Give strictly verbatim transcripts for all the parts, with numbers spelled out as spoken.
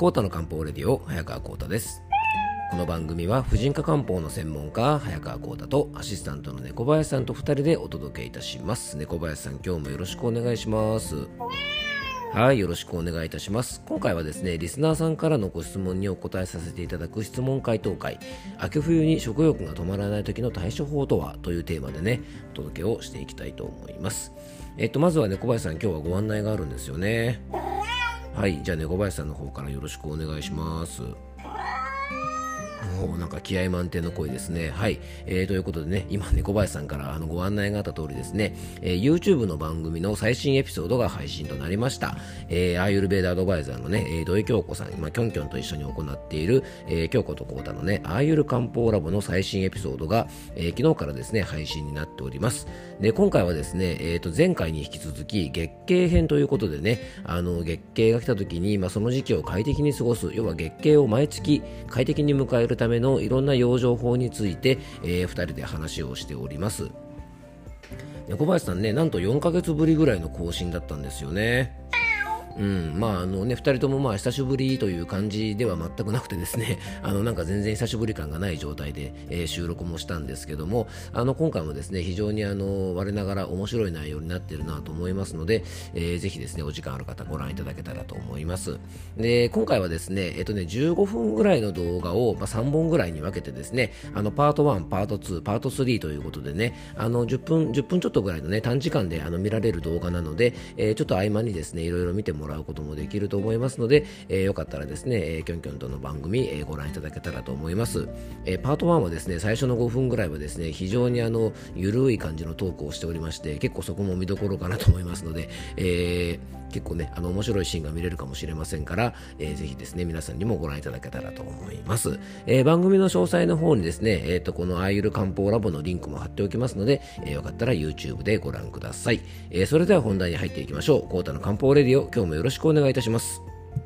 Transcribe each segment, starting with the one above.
コータの漢方レディオ、早川コータです。この番組は婦人科漢方の専門家早川コータとアシスタントの猫林さんとふたりでお届けいたします。猫林さん、今日もよろしくお願いします。はい、よろしくお願いいたします。今回はですね、リスナーさんからのご質問にお答えさせていただく質問回答会、秋冬に食欲が止まらない時の対処法とはというテーマでね、お届けをしていきたいと思います。えっとまずは猫林さん、今日はご案内があるんですよね。はい、じゃあ猫林さんの方からよろしくお願いします。なんか気合満点の声ですね。はい、えー、ということでね、今猫林さんからあのご案内があった通りですね、えー、YouTube の番組の最新エピソードが配信となりました。えー、アーユルベーダアドバイザーのね、えー、土井京子さん、今キョンキョンと一緒に行っている、えー、京子とコータのねアーユル漢方ラボの最新エピソードが、えー、昨日からですね配信になっております。で、今回はですね、えー、と前回に引き続き月経編ということでね、あの月経が来た時に、まあ、その時期を快適に過ごす、要は月経を毎月快適に迎えるためのいろんな養生法について、えー、ふたりで話をしております。猫林さんね、なんとよんかげつぶりぐらいの更新だったんですよね。うん、まああのね、ふたりともまあ久しぶりという感じでは全くなくてですね、あのなんか全然久しぶり感がない状態で、えー、収録もしたんですけども、あの今回もですね非常にあの我ながら面白い内容になっているなと思いますので、えー、ぜひですねお時間ある方ご覧いただけたらと思います。で、今回はですね、えっとねじゅうごふんぐらいの動画を、まあ、さんぼんぐらいに分けてですね、あのパートワン、パートツー、パートスリーということでね、あのじゅっぷんじゅっぷんちょっとぐらいのね短時間であの見られる動画なので、えー、ちょっと合間にですねいろいろ見てもらうこともできると思いますので、えー、よかったらですね、えー、キョンキョンとの番組、えー、ご覧いただけたらと思います。えー、パートワンはですね最初のごふんぐらいはですね非常にあのゆるい感じのトークをしておりまして、結構そこも見どころかなと思いますので、えー、結構ねあの面白いシーンが見れるかもしれませんから、えー、ぜひですね皆さんにもご覧いただけたらと思います。えー、番組の詳細の方にですね、えー、とこのアーユル漢方ラボのリンクも貼っておきますので、えー、よかったら YouTube でご覧ください。えー、それでは本題に入っていきましょう。コータの漢方レディオ、今日もよろしくお願いいたします。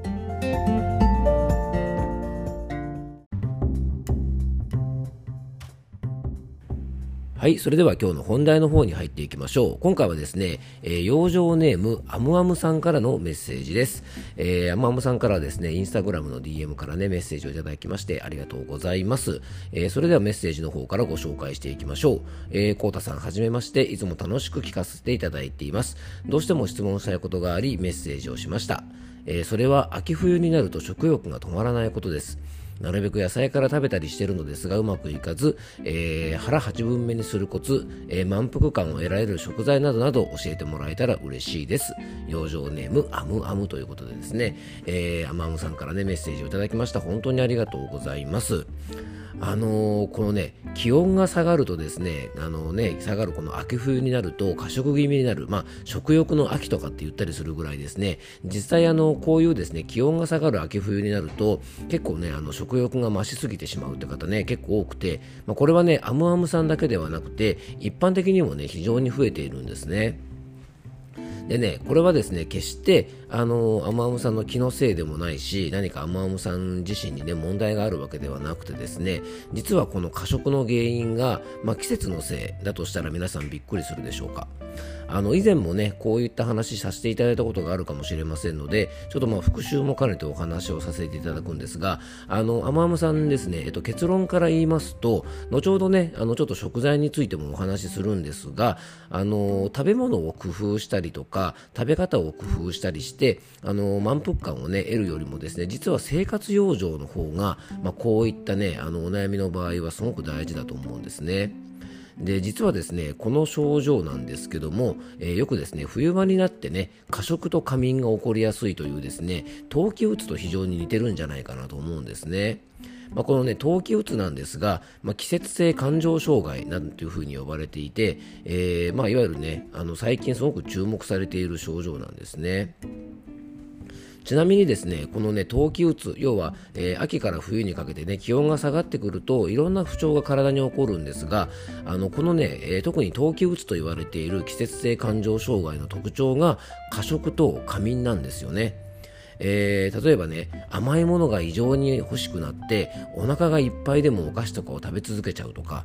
はい、それでは今日の本題の方に入っていきましょう。今回はですね、えー、養生ネームアムアムさんからのメッセージです。えー、アムアムさんからはですね、インスタグラムの ディーエム からねメッセージをいただきましてありがとうございます。えー、それではメッセージの方からご紹介していきましょう。えー、コータさん、はじめまして。いつも楽しく聞かせていただいています。どうしても質問したいことがありメッセージをしました。えー、それは秋冬になると食欲が止まらないことです。なるべく野菜から食べたりしてるのですがうまくいかず、えー、腹はちぶんめにするコツ、えー、満腹感を得られる食材などなど教えてもらえたら嬉しいです。養生ネームアムアムということでですね、えー、アムアムさんからねメッセージをいただきました。本当にありがとうございます。あのー、このね気温が下がるとですね、あのね下がるこの秋冬になると過食気味になる、まあ食欲の秋とかって言ったりするぐらいですね、実際あのこういうですね気温が下がる秋冬になると結構ねあの食欲が増しすぎてしまうって方ね結構多くて、まあ、これはねアムアムさんだけではなくて一般的にもね非常に増えているんですね。でね、これはですね決してあのアムアムさんの気のせいでもないし、何かアムアムさん自身にね問題があるわけではなくてですね、実はこの過食の原因が、まあ、季節のせいだとしたら皆さんびっくりするでしょうか。あの以前もねこういった話させていただいたことがあるかもしれませんので、ちょっとまあ復習も兼ねてお話をさせていただくんですが、あのアムアムさんですね、えっと、結論から言いますと、後ほどねあのちょっと食材についてもお話しするんですが、あの食べ物を工夫したりとか食べ方を工夫したりしてあの満腹感をね得るよりもですね、実は生活養生の方が、まあ、こういったねあのお悩みの場合はすごく大事だと思うんですね。で、実はですねこの症状なんですけども、えー、よくですね冬場になってね過食と過眠が起こりやすいというですね冬季うつと非常に似てるんじゃないかなと思うんですね。まあ、このね冬季うつなんですが、まあ、季節性感情障害なんていうふうに呼ばれていて、えーまあ、いわゆるねあの最近すごく注目されている症状なんですね。ちなみにですねこのね冬季うつ、要は、えー、秋から冬にかけてね気温が下がってくるといろんな不調が体に起こるんですが、あのこのね、えー、特に冬季うつと言われている季節性感情障害の特徴が過食と過眠なんですよね。えー、例えばね甘いものが異常に欲しくなってお腹がいっぱいでもお菓子とかを食べ続けちゃうとか、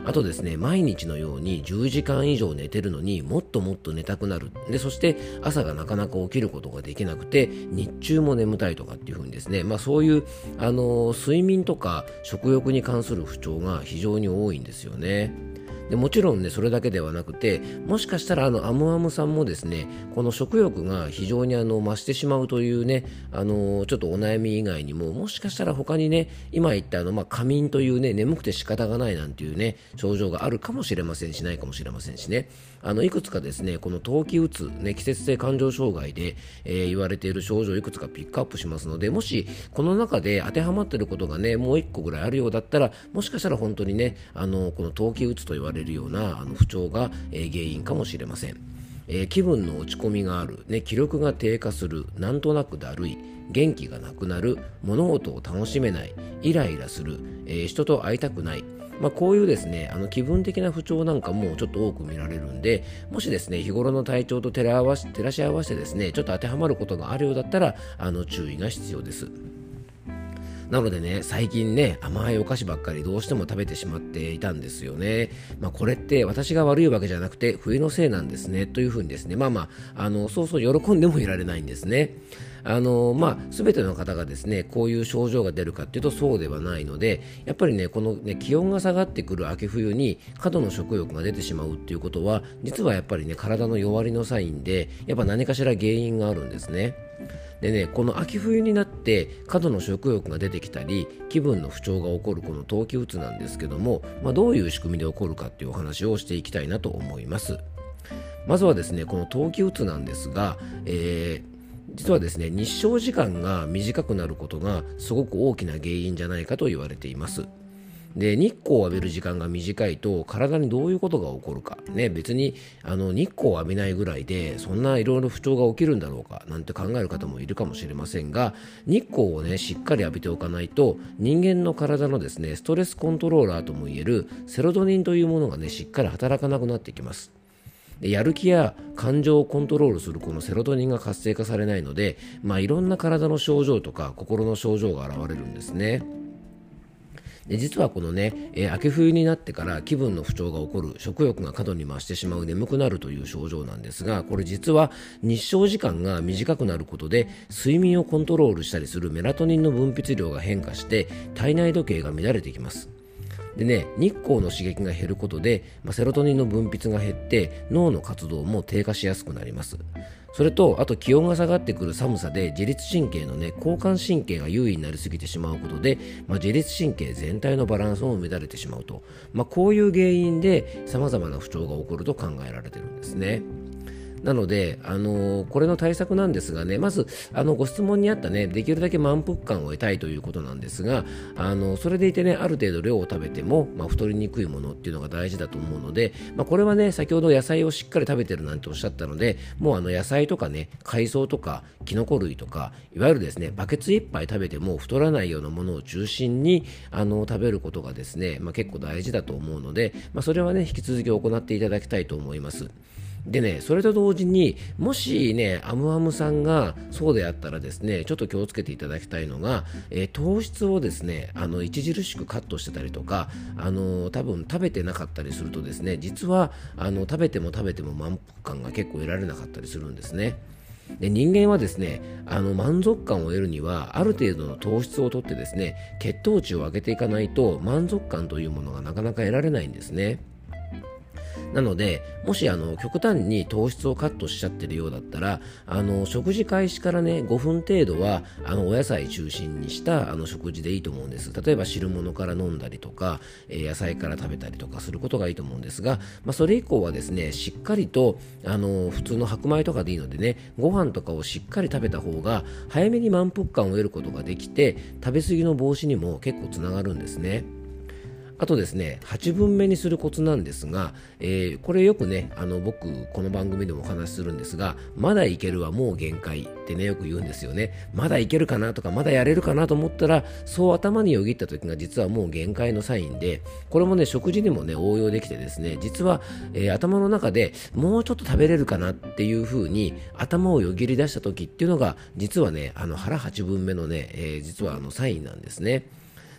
あとですね、毎日のようにじゅうじかん以上寝てるのにもっともっと寝たくなる。で、そして朝がなかなか起きることができなくて、日中も眠たいとかっていう風にですね、まあそういう、あのー睡眠とか食欲に関する不調が非常に多いんですよね。でもちろんね、それだけではなくて、もしかしたらあのアムアムさんもですね、この食欲が非常にあの増してしまうというね、あのちょっとお悩み以外にも、もしかしたら他にね、今言ったあの、まあ、過眠というね、眠くて仕方がないなんていうね、症状があるかもしれませんし、ないかもしれませんしね、あのいくつかですね、この冬季うつ、ね、季節性感情障害で、えー言われている症状をいくつかピックアップしますので、もしこの中で当てはまっていることがね、もういっこぐらいあるようだったら、もしかしたら本当にね、あのこの冬季うつと言われるようなあの不調が、えー原因かもしれません。えー気分の落ち込みがある、ね、気力が低下する、なんとなくだるい、元気がなくなる、物事を楽しめない、イライラする、えー人と会いたくない、まあ、こういうですね、あの気分的な不調なんかもちょっと多く見られるんで、もしですね、日頃の体調と照ら合わせ照らし合わせてですね、ちょっと当てはまることがあるようだったら、あの注意が必要です。なのでね、最近ね、甘いお菓子ばっかりどうしても食べてしまっていたんですよね。まあ、これって私が悪いわけじゃなくて、冬のせいなんですね、というふうにですね、まあまあ、あの、そうそう喜んでもいられないんですね。あの、まあ、すべての方がですね、こういう症状が出るかっていうとそうではないので、やっぱりね、このね、気温が下がってくる秋冬に過度の食欲が出てしまうっていうことは、実はやっぱりね、体の弱りのサインで、やっぱ何かしら原因があるんですね。でね、この秋冬になって過度の食欲が出てきたり気分の不調が起こるこの冬季うつなんですけども、まあ、どういう仕組みで起こるかっていうお話をしていきたいなと思います。まずはですね、この冬季うつなんですが、えー実はですね、日照時間が短くなることがすごく大きな原因じゃないかと言われています。で、日光を浴びる時間が短いと体にどういうことが起こるか、ね、別にあの日光を浴びないぐらいでそんないろいろ不調が起きるんだろうかなんて考える方もいるかもしれませんが、日光をねしっかり浴びておかないと人間の体のですねストレスコントローラーともいえるセロトニンというものがねしっかり働かなくなってきます。で、やる気や感情をコントロールするこのセロトニンが活性化されないので、まあ、いろんな体の症状とか心の症状が現れるんですね。で、実はこのね、えー秋冬になってから気分の不調が起こる、食欲が過度に増してしまう、眠くなるという症状なんですが、これ実は日照時間が短くなることで睡眠をコントロールしたりするメラトニンの分泌量が変化して体内時計が乱れてきます。でね、日光の刺激が減ることで、まあ、セロトニンの分泌が減って脳の活動も低下しやすくなります。それと、あと気温が下がってくる寒さで自律神経のね、交感神経が優位になりすぎてしまうことで、まあ、自律神経全体のバランスも乱れてしまうと、まあ、こういう原因で様々な不調が起こると考えられているんですね。なので、あのーこれの対策なんですがね、まずあのご質問にあったね、できるだけ満腹感を得たいということなんですが、あのそれでいてね、ある程度量を食べても、まあ、太りにくいものっていうのが大事だと思うので、まあ、これはね、先ほど野菜をしっかり食べてるなんておっしゃったので、もうあの野菜とかね、海藻とかキノコ類とか、いわゆるですね、バケツ一杯食べても太らないようなものを中心にあの食べることがですね、まあ、結構大事だと思うので、まあ、それはね、引き続き行っていただきたいと思います。でね、それと同時にもしね、アムアムさんがそうであったらですね、ちょっと気をつけていただきたいのが、えー糖質をですね、あの著しくカットしてたりとか、あのー多分食べてなかったりするとですね、実はあの食べても食べても満腹感が結構得られなかったりするんですね。で、人間はですね、あの満足感を得るにはある程度の糖質をとってですね、血糖値を上げていかないと満足感というものがなかなか得られないんですね。なので、もしあの極端に糖質をカットしちゃってるようだったら、あの食事開始からねごふん程度はあのお野菜中心にしたあの食事でいいと思うんです。例えば汁物から飲んだりとか、えー野菜から食べたりとかすることがいいと思うんですが、まあ、それ以降はですね、しっかりとあの普通の白米とかでいいのでね、ご飯とかをしっかり食べた方が早めに満腹感を得ることができて、食べ過ぎの防止にも結構つながるんですね。あとですね、はちぶんめにするコツなんですが、えーこれよくね、あの僕この番組でもお話しするんですが、まだいけるはもう限界ってね、よく言うんですよね。まだいけるかなとか、まだやれるかなと思ったら、そう頭によぎった時が実はもう限界のサインで、これもね、食事にもね応用できてですね、実は、えー頭の中でもうちょっと食べれるかなっていう風に頭をよぎり出した時っていうのが、実はね、あの腹はちぶんめのね、えー実はあのサインなんですね。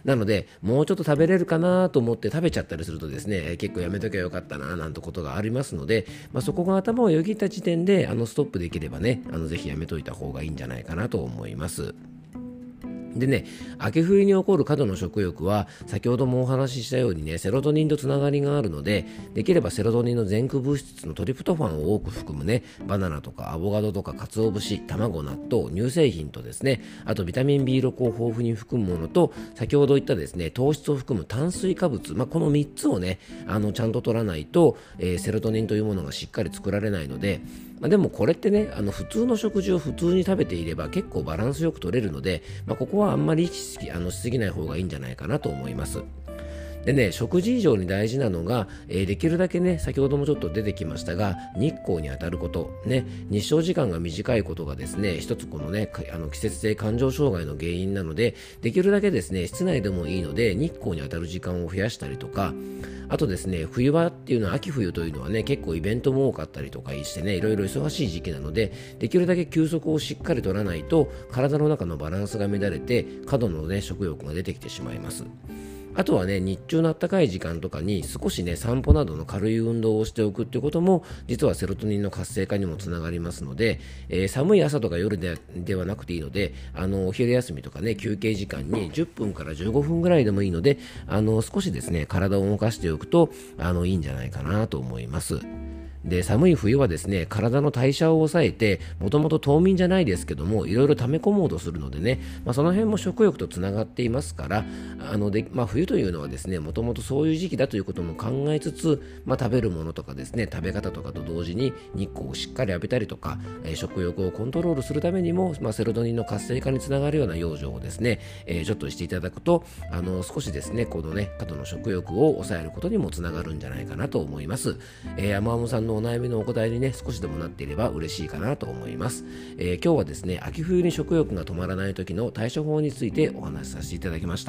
なのでもうちょっと食べれるかなと思って食べちゃったりするとですね、えー結構やめときゃよかったななんてことがありますので、まあ、そこが頭をよぎった時点であのストップできればね、あのぜひやめといた方がいいんじゃないかなと思います。でね、秋冬に起こる過度の食欲は先ほどもお話ししたようにね、セロトニンとつながりがあるので、できればセロトニンの前駆物質のトリプトファンを多く含むね、バナナとかアボカドとか鰹節、卵、納豆、乳製品とですね、あとビタミン ビーろく を豊富に含むものと、先ほど言ったですね、糖質を含む炭水化物、まあ、このみっつをね、あのちゃんと取らないと、えーセロトニンというものがしっかり作られないので、まあ、でもこれってね、あの普通の食事を普通に食べていれば結構バランスよく取れるので、まあ、ここはあんまり意識あのしすぎない方がいいんじゃないかなと思います。でね、食事以上に大事なのが、えーできるだけね、先ほどもちょっと出てきましたが、日光に当たること、ね、日照時間が短いことがですね、一つこのね、かあの季節性感情障害の原因なので、できるだけですね、室内でもいいので、日光に当たる時間を増やしたりとか、あとですね、冬場っていうのは、秋冬というのはね、結構イベントも多かったりとかしてね、いろいろ忙しい時期なので、できるだけ休息をしっかり取らないと、体の中のバランスが乱れて、過度のね、食欲が出てきてしまいます。あとはね、日中の暖かい時間とかに少しね、散歩などの軽い運動をしておくっていうことも、実はセロトニンの活性化にもつながりますので、えー寒い朝とか夜で、ではなくていいので、あのお昼休みとかね、休憩時間にじゅっぷんからじゅうごふんぐらいでもいいので、あの少しですね、体を動かしておくとあのいいんじゃないかなと思います。で、寒い冬はですね、体の代謝を抑えて、もともと冬眠じゃないですけども、いろいろ溜め込もうとするのでね、まあ、その辺も食欲とつながっていますから、あので、まあ、冬というのはですね、もともとそういう時期だということも考えつつ、まあ、食べるものとかですね、食べ方とかと同時に日光をしっかり浴びたりとか、えー食欲をコントロールするためにも、まあ、セロトニンの活性化につながるような養生をですね、えーちょっとしていただくと、あの少しですね、このね、過度の食欲を抑えることにもつながるんじゃないかなと思います。えー、アマアムさんのお悩みのお答えにね、少しでもなっていれば嬉しいかなと思います。えー今日はですね、秋冬に食欲が止まらない時の対処法についてお話しさせていただきました。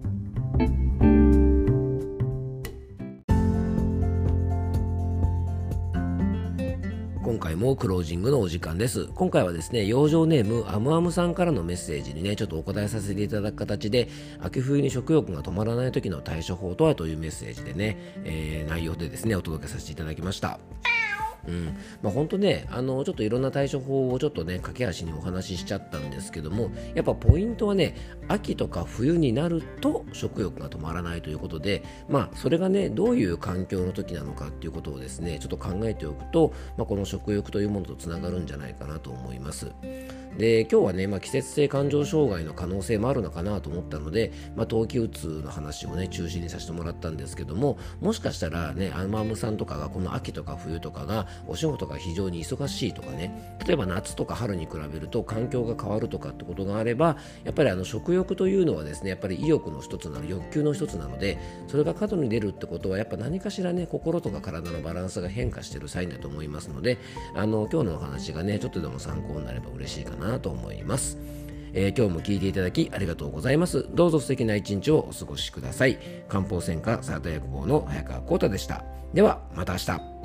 今回もクロージングのお時間です。今回はですね、養生ネームアムアムさんからのメッセージにね、ちょっとお答えさせていただく形で、秋冬に食欲が止まらない時の対処法とはというメッセージでね、えー内容でですね、お届けさせていただきました。うんまあ、本当ね、あのちょっといろんな対処法をちょっとね、駆け足にお話ししちゃったんですけども、やっぱポイントはね、秋とか冬になると食欲が止まらないということで、まあ、それがね、どういう環境の時なのかっていうことをですね、ちょっと考えておくと、まあ、この食欲というものとつながるんじゃないかなと思います。で、今日はね、まあ、季節性感情障害の可能性もあるのかなと思ったので、まあ、冬季うつの話をね、中心にさせてもらったんですけども、もしかしたらね、アマムさんとかがこの秋とか冬とかがお仕事が非常に忙しいとかね、例えば夏とか春に比べると環境が変わるとかってことがあれば、やっぱりあの食欲というのはですね、やっぱり意欲の一つなの、欲求の一つなので、それが過度に出るってことはやっぱ何かしらね、心とか体のバランスが変化しているサインだと思いますので、あの今日のお話がね、ちょっとでも参考になれば嬉しいかなと思います。えー今日も聞いていただきありがとうございます。どうぞ素敵な一日をお過ごしください。漢方専科サータ薬房の早川浩太でした。ではまた明日。